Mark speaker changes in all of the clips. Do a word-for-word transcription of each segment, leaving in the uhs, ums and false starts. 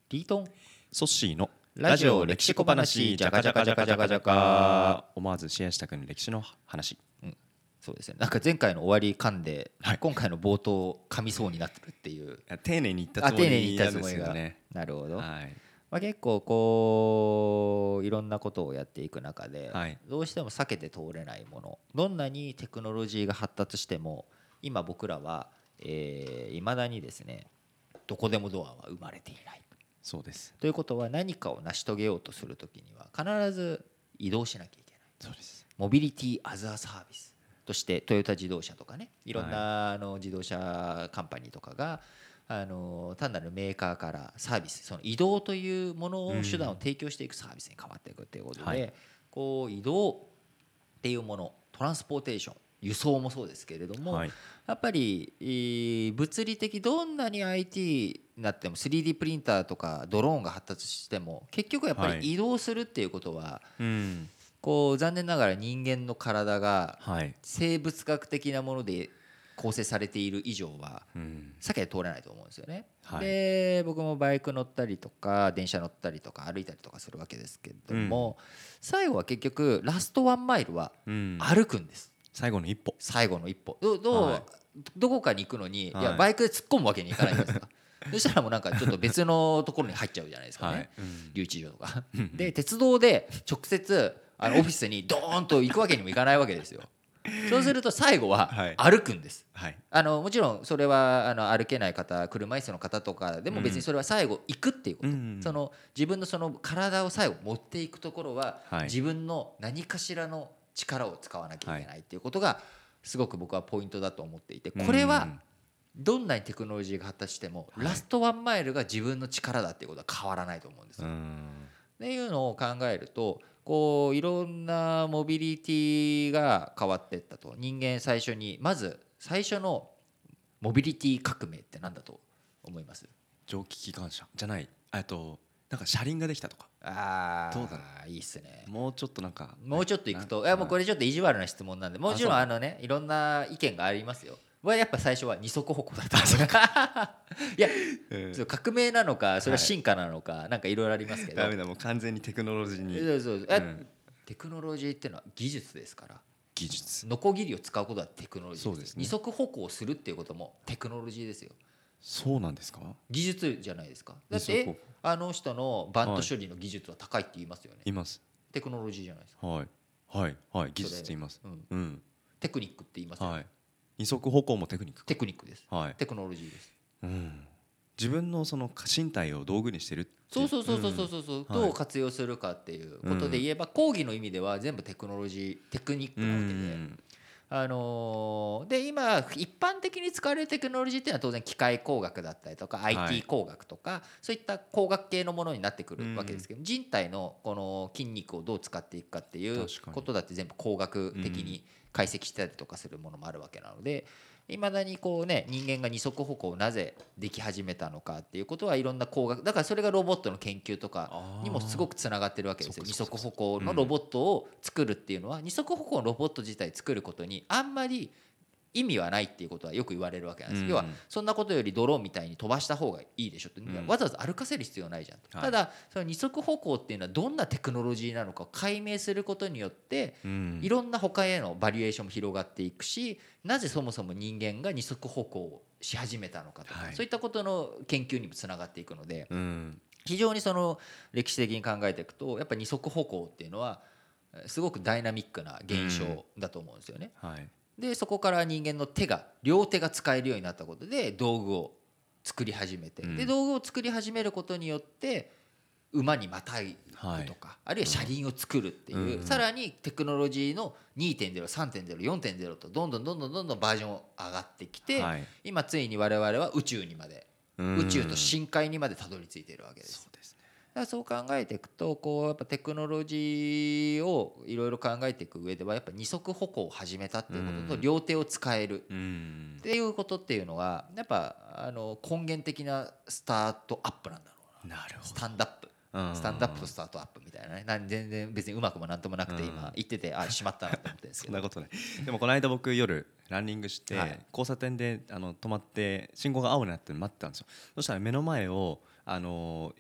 Speaker 1: リートン
Speaker 2: ソッシーの
Speaker 1: ラジオ歴史小話
Speaker 2: じゃかじゃかじゃかじゃかじゃか。思わずシェアしたくなる歴史の話、
Speaker 1: うん、そうですね。なんか前回の終わり噛んで、
Speaker 2: はい、
Speaker 1: 今回の冒頭噛みそうになってるっていう。
Speaker 2: 丁寧に言ったつもりなんですよね。
Speaker 1: なるほど、
Speaker 2: はい
Speaker 1: まあ、結構こういろんなことをやっていく中で、
Speaker 2: はい、
Speaker 1: どうしても避けて通れないもの、どんなにテクノロジーが発達しても今僕らは、えー、未だにですね、どこでもドアは生まれていない。
Speaker 2: そうです。
Speaker 1: ということは、何かを成し遂げようとするときには必ず移動しなきゃいけない。
Speaker 2: そうです。
Speaker 1: モビリティアズアサービスとしてトヨタ自動車とかね、いろんなあの自動車カンパニーとかがあの単なるメーカーからサービス、その移動というものを手段を提供していくサービスに変わっていくということで、はい、こう移動っていうもの、トランスポーテーション、輸送もそうですけれども、はい、やっぱり物理的、どんなに アイティー になっても スリーディー プリンターとかドローンが発達しても結局やっぱり移動するっていうことは、はいうん、こう残念ながら人間の体が生物学的なもので構成されている以上は避けて通れないと思うんですよね、はい、で僕もバイク乗ったりとか電車乗ったりとか歩いたりとかするわけですけれども、うん、最後は結局ラストワンマイルは歩くんです、うん、
Speaker 2: 最後の一歩
Speaker 1: 最後の一歩 ど, ど, う、はい、どこかに行くのに、はい、いやバイクで突っ込むわけにいかないじゃないですかそしたらもうなんかちょっと別のところに入っちゃうじゃないですかね、はいうん、留置場とかで鉄道で直接あのオフィスにドーンと行くわけにもいかないわけですよそうすると最後は歩くんです、はいはい、あのもちろんそれはあの歩けない方、車椅子の方とかでも別にそれは最後行くっていうこと、うん、その自分のその体を最後持っていくところは、はい、自分の何かしらの力を使わなきゃいけないっていうことがすごく僕はポイントだと思っていて、これはどんなにテクノロジーが発達してもラストワンマイルが自分の力だっていうことは変わらないと思うんですよ。っていうのを考えると、こういろんなモビリティが変わっていったと。人間最初にまず最初のモビリティ革命って何だと思います？
Speaker 2: 蒸気機関車じゃない、えっとなんか車輪ができたとか。
Speaker 1: ああ、
Speaker 2: どうだろう。
Speaker 1: いいっすね。
Speaker 2: もうちょっとなんか
Speaker 1: もうちょっといくと、いやもうこれちょっと意地悪な質問なんで、もちろんあのねいろんな意見がありますよ。僕はやっぱ最初は二足歩行だったんですよいや、うん、革命なのかそれは進化なのか、はい、なんかいろいろありますけど、
Speaker 2: ダメだ、もう完全にテクノロジーに。
Speaker 1: そうそう、うん、テクノロジーっていうのは技術ですから。
Speaker 2: 技術、
Speaker 1: ノコギリを使うことはテクノロジーです。
Speaker 2: そうですね。
Speaker 1: 二足歩行をするっていうこともテクノロジーですよ。
Speaker 2: そうなんですか。
Speaker 1: 技術じゃないですか。だってあの人のバント処理の技術は高いって言いますよね。
Speaker 2: 言います。
Speaker 1: テクノロジーじゃないですか。
Speaker 2: はいはいはい、技術って言います、
Speaker 1: うんうん、テクニックって言いますよね、はい、
Speaker 2: 二足歩行もテクニック。
Speaker 1: テクニックです、
Speaker 2: はい、
Speaker 1: テクノロジーです、
Speaker 2: うん、自分のその身体を道具にしてるって。
Speaker 1: そうそうそうそうそうそう、うん、どう活用するかっていうことで言えば、講義の意味では全部テクノロジーテクニックなわけで、うんあのー、で今一般的に使われるテクノロジーっていうのは当然機械工学だったりとか アイティー 工学とか、はい、そういった工学系のものになってくるわけですけど、人体のこの筋肉をどう使っていくかっていうことだって全部工学的に解析したりとかするものもあるわけなので、いまだにこうね、人間が二足歩行をなぜでき始めたのかっていうことはいろんな工学だから、それがロボットの研究とかにもすごくつながってるわけですよ。二足歩行のロボットを作るっていうのは、二足歩行のロボット自体作ることにあんまり意味はないっていうことはよく言われるわけなんです、うん、要はそんなことよりドローンみたいに飛ばした方がいいでしょって、うん、わざわざ歩かせる必要ないじゃん、はい、ただその二足歩行っていうのはどんなテクノロジーなのかを解明することによって、うん、いろんな他へのバリエーションも広がっていくし、なぜそもそも人間が二足歩行をし始めたのかとか、はい、そういったことの研究にもつながっていくので、うん、非常にその歴史的に考えていくとやっぱり二足歩行っていうのはすごくダイナミックな現象だと思うんですよね、うんはい、でそこから人間の手が両手が使えるようになったことで道具を作り始めて、うん、で道具を作り始めることによって馬にまたいでとか、はい、あるいは車輪を作るっていう、うん、さらにテクノロジーの にてんゼロ、さんてんゼロ、よんてんゼロ とどんどんどんどんどんどんバージョン上がってきて、はい、今ついに我々は宇宙にまで、うん、宇宙と深海にまでたどり着いているわけです。そうですね。だからそう考えていくと、こうやっぱテクノロジーをいろいろ考えていく上ではやっぱ二足歩行を始めたっていうことと両手を使えるっていうことっていうのはやっぱあの根源的なスタートアップなんだろうな。なるほど。スタンドアップ、スタンドアップとスタートアップみたいなね、なん全然別にうまくもなんともなくて今言ってて、あしまったなと思ってるんですけど
Speaker 2: そんなことない。でもこの間僕夜ランニングして、はい、交差点であの止まって信号が青になって待ってたんですよ。そしたら目の前をあの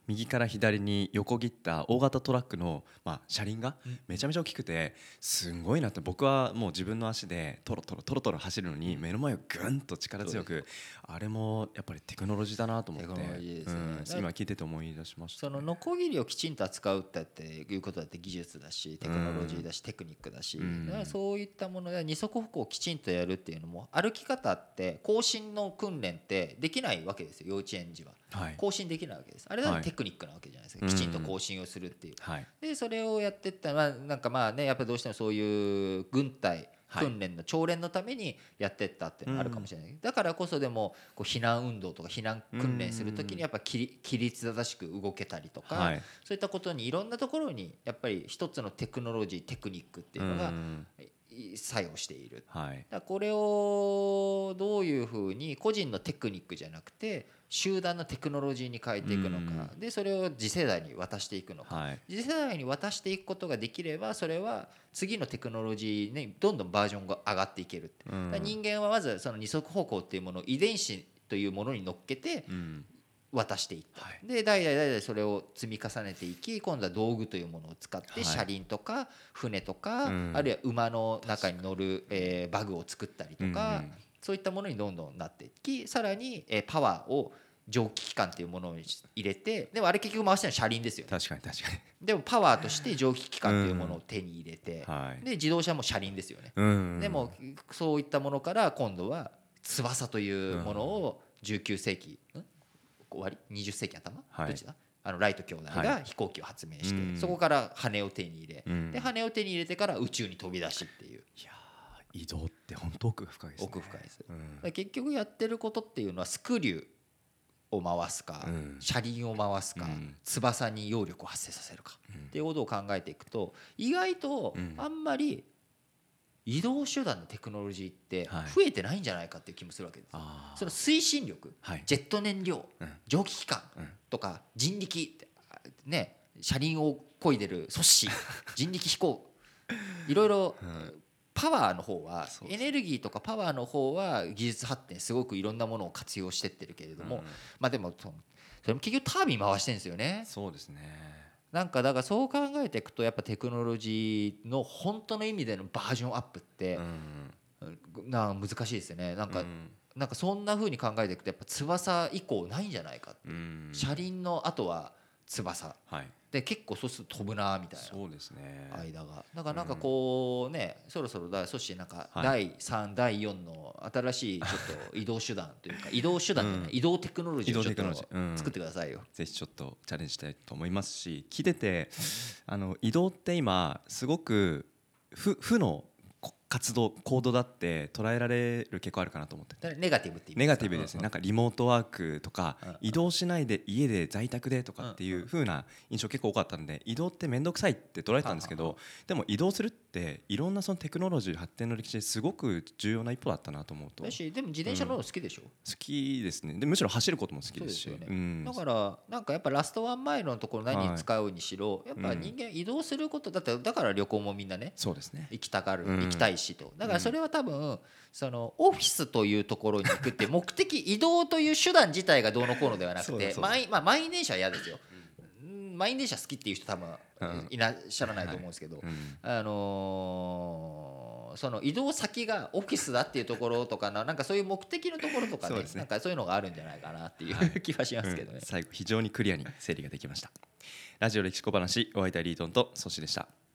Speaker 2: 右から左に横切った大型トラックの、まあ、車輪がめちゃめちゃ大きくてすごいなって。僕はもう自分の足でトロトロトロトロ走るのに目の前をぐんと力強く、あれもやっぱりテクノロジーだなと思って、うん、今聞いてて思い出しました、ね、
Speaker 1: そのノコギリをきちんと扱うっていうことだって技術だしテクノロジーだし、うん、テクニックだし、うん、だからそういったもので二足歩行をきちんとやるっていうのも、歩き方って更新の訓練ってできないわけですよ。幼稚園児は、はい、更新できないわけです。あれはテクニックなわけじゃないですか、はい、きちんと更新をするっていう、はい、でそれをやってったらなんかまあね、やっぱりどうしてもそういう軍隊訓練の調練のためにやってったっていうのがあるかもしれない、はい、だからこそでもこう避難運動とか避難訓練するときにやっぱ規律正しく動けたりとか、はい、そういったことにいろんなところにやっぱり一つのテクノロジーテクニックっていうのが作用している、はい、だこれをどういうふうに個人のテクニックじゃなくて集団のテクノロジーに変えていくのか、でそれを次世代に渡していくのか、はい、次世代に渡していくことができればそれは次のテクノロジーにどんどんバージョンが上がっていけるって、うん、だ人間はまずその二足歩行っていうものを遺伝子というものに乗っけて渡していった、はい、で代々代々それを積み重ねていき、今度は道具というものを使って車輪とか船とか、はい、あるいは馬の中に乗る、えー、バグを作ったりとか、うん、そういったものにどんどんなっていき、さらに、えー、パワーを蒸気機関というものを入れて、でもあれ結局回してるのは車輪ですよね。
Speaker 2: 確かに確かに。
Speaker 1: でもパワーとして蒸気機関というものを手に入れて、うんはい、で自動車も車輪ですよね、うん、でもそういったものから今度は翼というものをじゅうきゅうせいき、ん終わりにじゅっせいき頭、はい、どっちだ、あのライト兄弟が飛行機を発明して、はい、そこから羽を手に入れ、うん、で羽を手に入れてから宇宙に飛び出しっていう。
Speaker 2: いや移動って本当奥が深いですね。
Speaker 1: 奥深いです、うん、結局やってることっていうのはスクリューを回すか、うん、車輪を回すか、うん、翼に揚力を発生させるか、うん、っていうことを考えていくと意外とあんまり移動手段のテクノロジーって増えてないんじゃないかっていう気もするわけです、はい、その推進力、はい、ジェット燃料、うん、蒸気機関とか人力、ね、車輪を漕いでる組織人力飛行いろいろ、うんパワーの方はエネルギーとかパワーの方は技術発展すごくいろんなものを活用してってるけれども、うん、まあでもそれも結局タービン回してるんですよね。
Speaker 2: そうですね。
Speaker 1: なんかだからそう考えていくとやっぱテクノロジーの本当の意味でのバージョンアップってなんか難しいですよね。なんかなんかそんな風に考えていくとやっぱ翼以降ないんじゃないかって、車輪の後は翼、はい、で結構そうすると飛ぶなみたいな。
Speaker 2: そうですね。
Speaker 1: 間がだからなんかこうね、そろそろだそしてなんかだいさんだいよんの新しいちょっと移動手段というか移動手段じゃない移動テクノロジーをちょっと作ってくださいよ。
Speaker 2: ぜひちょっとチャレンジしたいと思いますし、聞いててあの移動って今すごく負負の活動行動だって捉えられる結構あるかなと思ってて、
Speaker 1: ネガティブって意味ですか。
Speaker 2: ネガティブですね、うんうん、なんかリモートワークとか、うんうん、移動しないで家で在宅でとかっていう風な印象結構多かったんで、移動って面倒くさいって捉えてたんですけど、うんうん、でも移動するっていろんなそのテクノロジー発展の歴史ですごく重要な一歩だったなと思うと。
Speaker 1: だしでも自転車の方好きでしょ、うん、
Speaker 2: 好きですね。でむしろ走ることも好きですし。
Speaker 1: そうですよね、うん、だからなんかやっぱラストワンマイルのところ何に使うにしろ、はい、やっぱ人間移動することだってだから旅行もみんなね、
Speaker 2: そうですね、
Speaker 1: 行きたがる、うん、行きたいしと。だからそれは多分そのオフィスというところに行くって目的移動という手段自体がどうのこうのではなくて満員、まあ、満員電車は嫌ですよ、うん、満員電車好きっていう人多分いらっしゃらないと思うんですけど、うん、あのー、その移動先がオフィスだっていうところとかな、なんかそういう目的のところとか ね, ねなんかそういうのがあるんじゃないかなっていう、はい、気はしますけどね、うん、
Speaker 2: 最後非常にクリアに整理ができました。ラジオ歴史小話、お相手はリートンとソシでした。